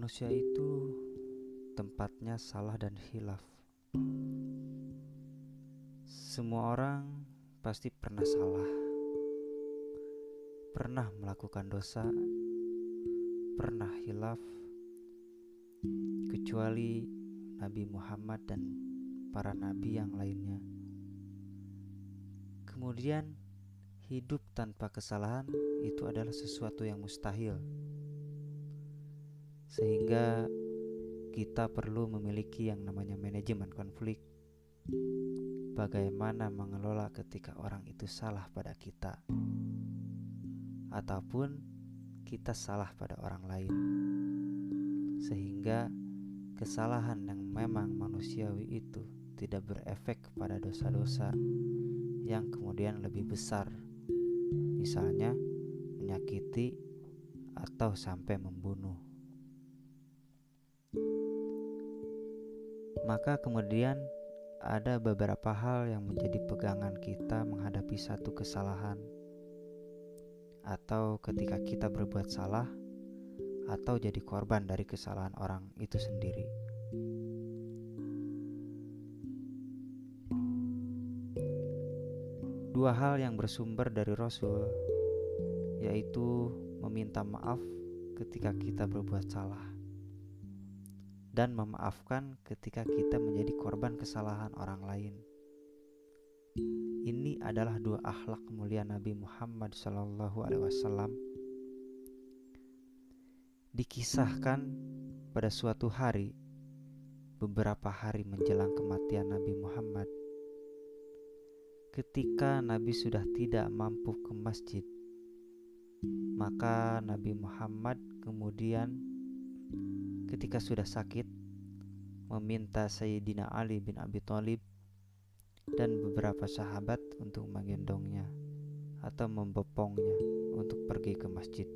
Manusia itu tempatnya salah dan khilaf. Semua orang pasti pernah salah, pernah melakukan dosa, pernah khilaf, kecuali Nabi Muhammad dan para nabi yang lainnya. Kemudian, hidup tanpa kesalahan itu adalah sesuatu yang mustahil, sehingga kita perlu memiliki yang namanya manajemen konflik. Bagaimana mengelola ketika orang itu salah pada kita, ataupun kita salah pada orang lain, sehingga kesalahan yang memang manusiawi itu tidak berefek kepada dosa-dosa yang kemudian lebih besar, misalnya menyakiti atau sampai membunuh. Maka kemudian ada beberapa hal yang menjadi pegangan kita menghadapi satu kesalahan, atau ketika kita berbuat salah atau jadi korban dari kesalahan orang itu sendiri. Dua hal yang bersumber dari Rasul, yaitu meminta maaf ketika kita berbuat salah dan memaafkan ketika kita menjadi korban kesalahan orang lain. Ini adalah dua akhlak mulia Nabi Muhammad SAW. Dikisahkan pada suatu hari, beberapa hari menjelang kematian Nabi Muhammad, ketika Nabi sudah tidak mampu ke masjid, maka Nabi Muhammad kemudian ketika sudah sakit meminta Sayyidina Ali bin Abi Thalib dan beberapa sahabat untuk menggendongnya atau membopongnya untuk pergi ke masjid.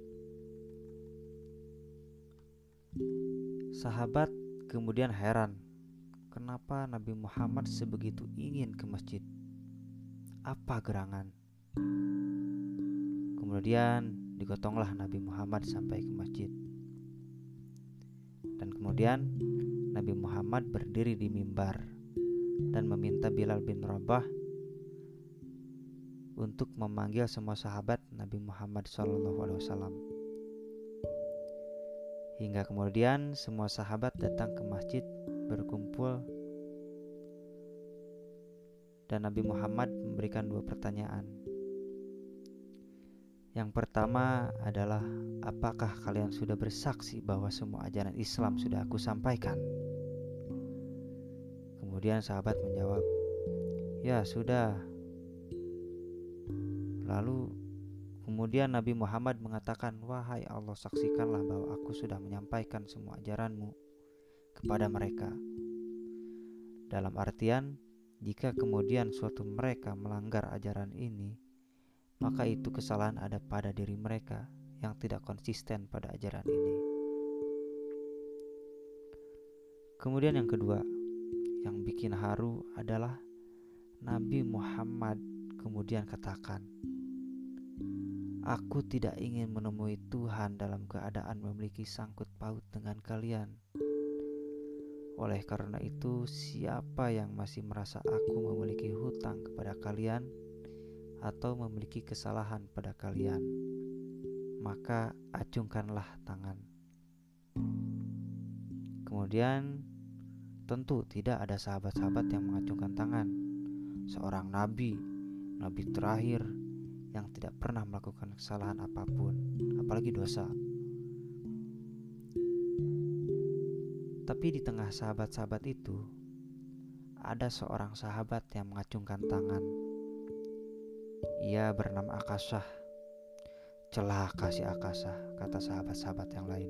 Sahabat kemudian heran, kenapa Nabi Muhammad sebegitu ingin ke masjid? Apa gerangan? Kemudian digotonglah Nabi Muhammad sampai ke masjid. Dan kemudian Nabi Muhammad berdiri di mimbar dan meminta Bilal bin Rabah untuk memanggil semua sahabat Nabi Muhammad SAW. Hingga kemudian semua sahabat datang ke masjid berkumpul, dan Nabi Muhammad memberikan dua pertanyaan. Yang pertama adalah, apakah kalian sudah bersaksi bahwa semua ajaran Islam sudah aku sampaikan? Kemudian sahabat menjawab, ya sudah. Lalu kemudian Nabi Muhammad mengatakan, wahai Allah, saksikanlah bahwa aku sudah menyampaikan semua ajaranmu kepada mereka. Dalam artian, jika kemudian suatu mereka melanggar ajaran ini, maka itu kesalahan ada pada diri mereka yang tidak konsisten pada ajaran ini. Kemudian yang kedua, yang bikin haru adalah Nabi Muhammad kemudian katakan, aku tidak ingin menemui Tuhan dalam keadaan memiliki sangkut paut dengan kalian. Oleh karena itu, siapa yang masih merasa aku memiliki hutang kepada kalian atau memiliki kesalahan pada kalian, maka acungkanlah tangan. Kemudian tentu tidak ada sahabat-sahabat yang mengacungkan tangan. Seorang nabi terakhir yang tidak pernah melakukan kesalahan apapun, apalagi dosa. Tapi di tengah sahabat-sahabat itu, ada seorang sahabat yang mengacungkan tangan. Ia bernama Akasah. Celaka si Akasah, kata sahabat-sahabat yang lain.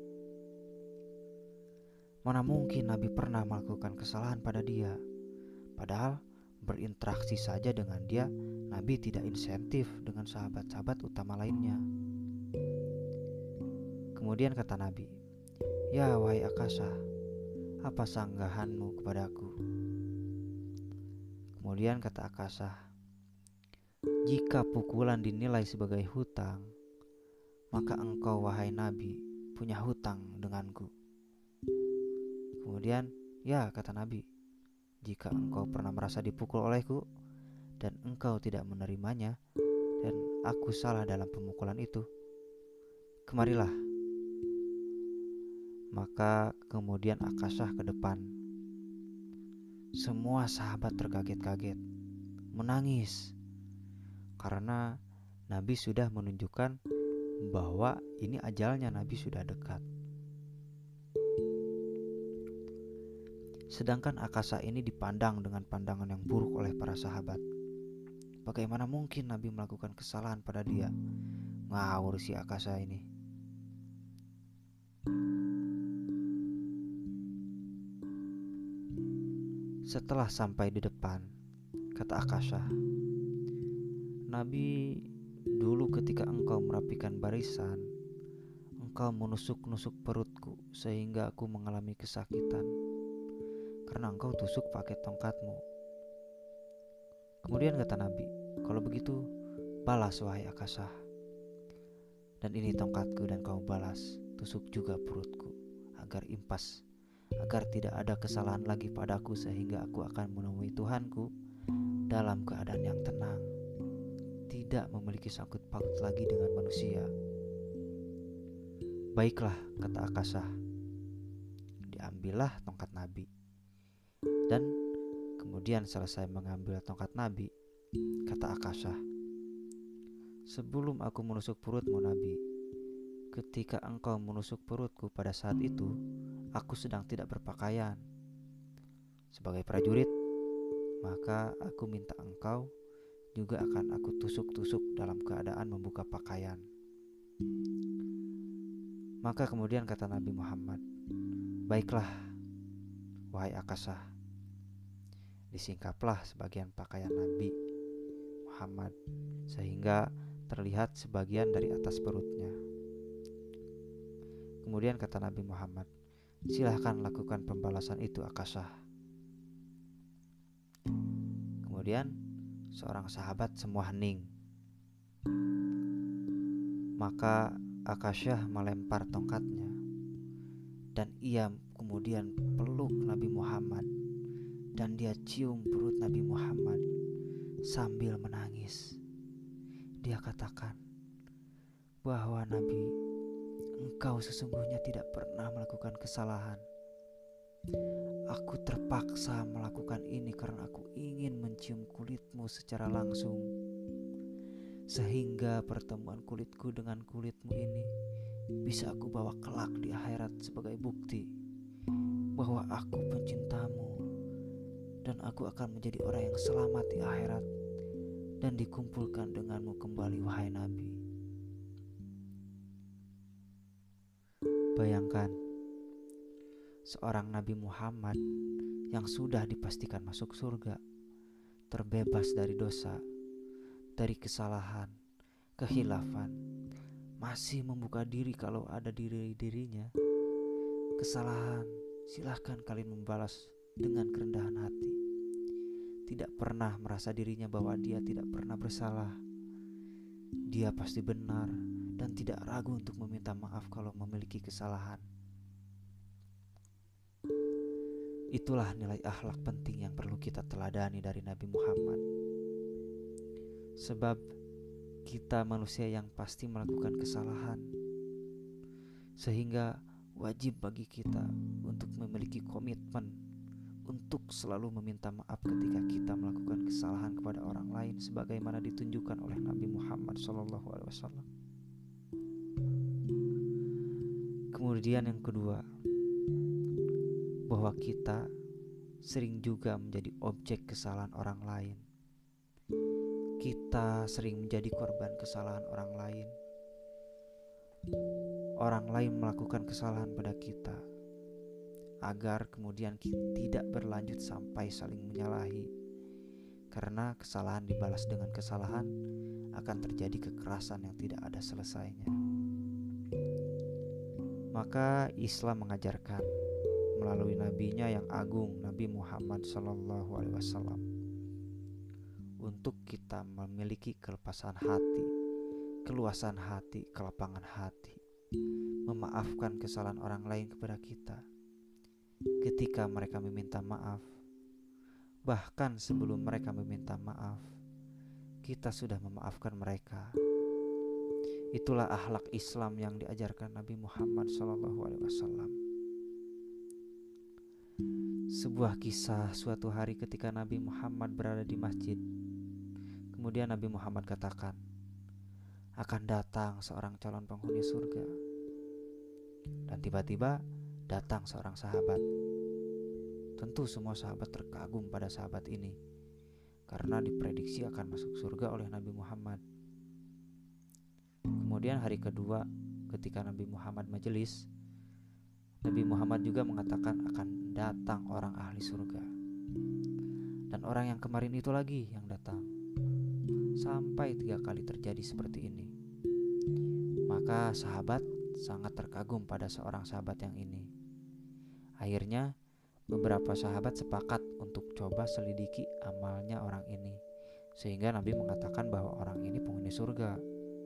Mana mungkin Nabi pernah melakukan kesalahan pada dia? Padahal berinteraksi saja dengan dia, Nabi tidak insentif dengan sahabat-sahabat utama lainnya. Kemudian kata Nabi, ya wahai Akasah, apa sanggahanmu kepadaku? Kemudian kata Akasah, jika pukulan dinilai sebagai hutang, maka engkau wahai Nabi punya hutang denganku. Kemudian, ya kata Nabi, jika engkau pernah merasa dipukul olehku dan engkau tidak menerimanya dan aku salah dalam pemukulan itu, kemarilah. Maka kemudian Akasah ke depan. Semua sahabat terkaget-kaget, menangis, karena Nabi sudah menunjukkan bahwa ini ajalnya, Nabi sudah dekat. Sedangkan Akasah ini dipandang dengan pandangan yang buruk oleh para sahabat. Bagaimana mungkin Nabi melakukan kesalahan pada dia? Ngawur si Akasah ini. Setelah sampai di depan, kata Akasah, Nabi, dulu ketika engkau merapikan barisan, engkau menusuk-nusuk perutku sehingga aku mengalami kesakitan karena engkau tusuk pakai tongkatmu. Kemudian kata Nabi, kalau begitu balas wahai Akasah, dan ini tongkatku dan kau balas, tusuk juga perutku agar impas, agar tidak ada kesalahan lagi padaku sehingga aku akan menemui Tuhanku dalam keadaan yang tenang, tidak memiliki sangkut paut lagi dengan manusia. Baiklah, kata Akasah. Diambillah tongkat Nabi. Dan kemudian selesai mengambil tongkat Nabi, kata Akasah, sebelum aku menusuk perutmu Nabi, ketika engkau menusuk perutku pada saat itu, aku sedang tidak berpakaian. Sebagai prajurit, maka aku minta engkau juga akan aku tusuk-tusuk dalam keadaan membuka pakaian. Maka kemudian kata Nabi Muhammad, baiklah, wahai Akasah. Disingkaplah sebagian pakaian Nabi Muhammad sehingga terlihat sebagian dari atas perutnya. Kemudian kata Nabi Muhammad, silahkan lakukan pembalasan itu Akasah. Kemudian seorang sahabat semua hening. Maka Akasah melempar tongkatnya dan ia kemudian peluk Nabi Muhammad dan dia cium perut Nabi Muhammad sambil menangis. Dia katakan bahwa Nabi, engkau sesungguhnya tidak pernah melakukan kesalahan. Aku terpaksa melakukan ini karena aku ingin mencium kulitmu secara langsung, sehingga pertemuan kulitku dengan kulitmu ini bisa aku bawa kelak di akhirat sebagai bukti bahwa aku pencintamu dan aku akan menjadi orang yang selamat di akhirat dan dikumpulkan denganmu kembali wahai Nabi. Bayangkan, seorang Nabi Muhammad yang sudah dipastikan masuk surga, terbebas dari dosa, dari kesalahan, kehilafan, masih membuka diri kalau ada dirinya kesalahan, silahkan kalian membalas dengan kerendahan hati. Tidak pernah merasa dirinya bahwa dia tidak pernah bersalah. Dia pasti benar dan tidak ragu untuk meminta maaf kalau memiliki kesalahan. Itulah nilai akhlak penting yang perlu kita teladani dari Nabi Muhammad. Sebab kita manusia yang pasti melakukan kesalahan, sehingga wajib bagi kita untuk memiliki komitmen untuk selalu meminta maaf ketika kita melakukan kesalahan kepada orang lain sebagaimana ditunjukkan oleh Nabi Muhammad SAW. Kemudian yang kedua, bahwa kita sering juga menjadi objek kesalahan orang lain. Kita sering menjadi korban kesalahan orang lain. Orang lain melakukan kesalahan pada kita, agar kemudian kita tidak berlanjut sampai saling menyalahi. Karena kesalahan dibalas dengan kesalahan, akan terjadi kekerasan yang tidak ada selesainya. Maka Islam mengajarkan melalui nabinya yang agung, Nabi Muhammad SAW, untuk kita memiliki kelepasan hati, keluasan hati, kelapangan hati, memaafkan kesalahan orang lain kepada kita. Ketika mereka meminta maaf, bahkan sebelum mereka meminta maaf, kita sudah memaafkan mereka. Itulah akhlak Islam yang diajarkan Nabi Muhammad SAW. Sebuah kisah suatu hari ketika Nabi Muhammad berada di masjid. Kemudian Nabi Muhammad katakan, akan datang seorang calon penghuni surga. Dan tiba-tiba datang seorang sahabat. Tentu semua sahabat terkagum pada sahabat ini, karena diprediksi akan masuk surga oleh Nabi Muhammad. Kemudian hari kedua ketika Nabi Muhammad majelis, Nabi Muhammad juga mengatakan akan datang orang ahli surga. Dan orang yang kemarin itu lagi yang datang. Sampai 3 kali terjadi seperti ini. Maka sahabat sangat terkagum pada seorang sahabat yang ini. Akhirnya beberapa sahabat sepakat untuk coba selidiki amalnya orang ini, sehingga Nabi mengatakan bahwa orang ini penghuni surga.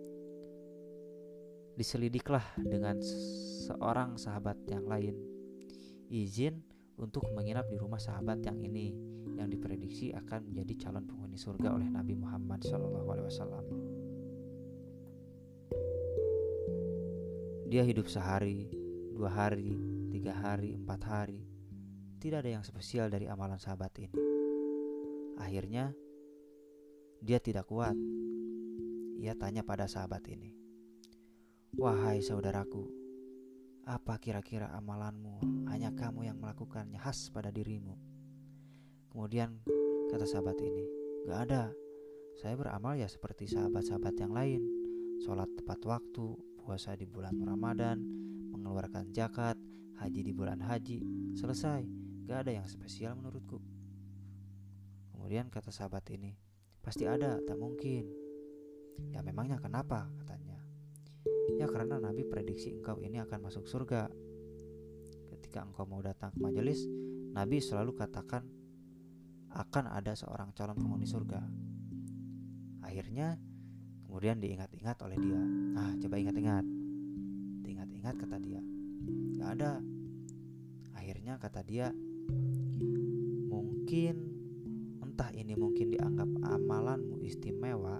Diselidiklah dengan seorang sahabat yang lain izin untuk menginap di rumah sahabat yang ini, yang diprediksi akan menjadi calon penghuni surga oleh Nabi Muhammad SAW. Dia hidup sehari, 2 hari, 3 hari, 4 hari. Tidak ada yang spesial dari amalan sahabat ini. Akhirnya dia tidak kuat. Ia tanya pada sahabat ini, wahai saudaraku, apa kira-kira amalanmu? Hanya kamu yang melakukannya, khas pada dirimu. Kemudian kata sahabat ini, gak ada. Saya beramal ya seperti sahabat-sahabat yang lain. Sholat tepat waktu, puasa di bulan Ramadan, mengeluarkan zakat, haji di bulan haji. Selesai, gak ada yang spesial menurutku. Kemudian kata sahabat ini, pasti ada, tak mungkin. Ya memangnya kenapa? Katanya. Ya karena Nabi prediksi engkau ini akan masuk surga. Ketika engkau mau datang ke majelis, Nabi selalu katakan akan ada seorang calon penghuni surga. Akhirnya kemudian diingat-ingat oleh dia. Nah, coba ingat-ingat. Diingat-ingat kata dia, gak ada. Akhirnya kata dia, mungkin entah ini mungkin dianggap amalanmu istimewa,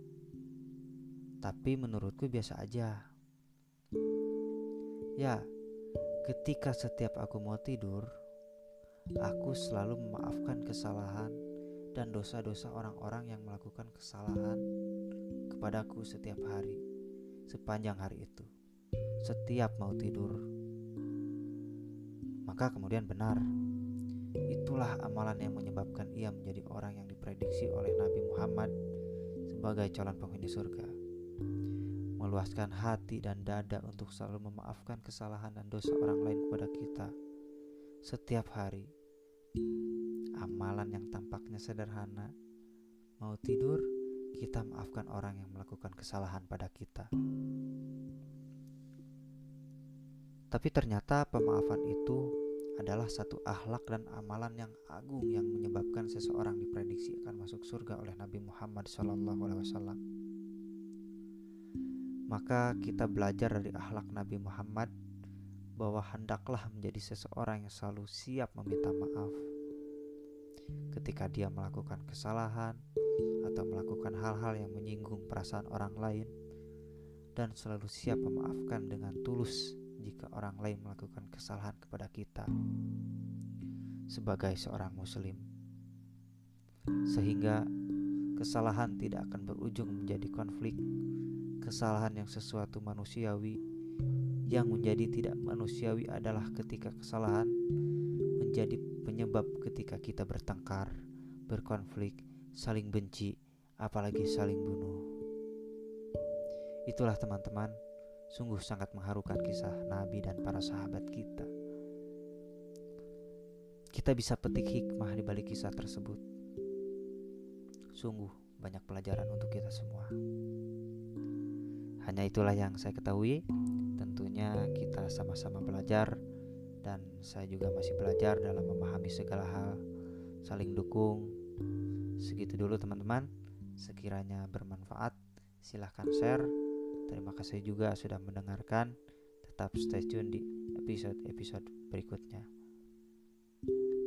tapi menurutku biasa aja. Ya, ketika setiap aku mau tidur, aku selalu memaafkan kesalahan dan dosa-dosa orang-orang yang melakukan kesalahan kepadaku setiap hari, sepanjang hari itu, setiap mau tidur. Maka kemudian benar, itulah amalan yang menyebabkan ia menjadi orang yang diprediksi oleh Nabi Muhammad sebagai calon penghuni surga. Meluaskan hati dan dada untuk selalu memaafkan kesalahan dan dosa orang lain kepada kita setiap hari. Amalan yang tampaknya sederhana, mau tidur, kita maafkan orang yang melakukan kesalahan pada kita. Tapi ternyata pemaafan itu adalah satu akhlak dan amalan yang agung yang menyebabkan seseorang diprediksi akan masuk surga oleh Nabi Muhammad SAW. Maka kita belajar dari akhlak Nabi Muhammad bahwa hendaklah menjadi seseorang yang selalu siap meminta maaf ketika dia melakukan kesalahan atau melakukan hal-hal yang menyinggung perasaan orang lain, dan selalu siap memaafkan dengan tulus jika orang lain melakukan kesalahan kepada kita sebagai seorang muslim, sehingga kesalahan tidak akan berujung menjadi konflik. Kesalahan yang sesuatu manusiawi, yang menjadi tidak manusiawi adalah ketika kesalahan menjadi penyebab ketika kita bertengkar, berkonflik, saling benci, apalagi saling bunuh. Itulah teman-teman, sungguh sangat mengharukan kisah Nabi dan para sahabat kita. Kita bisa petik hikmah di balik kisah tersebut. Sungguh banyak pelajaran untuk kita semua. Hanya itulah yang saya ketahui. Tentunya kita sama-sama belajar, dan saya juga masih belajar dalam memahami segala hal, saling dukung. Segitu dulu teman-teman. Sekiranya bermanfaat, silahkan share, Terima kasih juga sudah mendengarkan. Tetap stay tune di episode-episode berikutnya.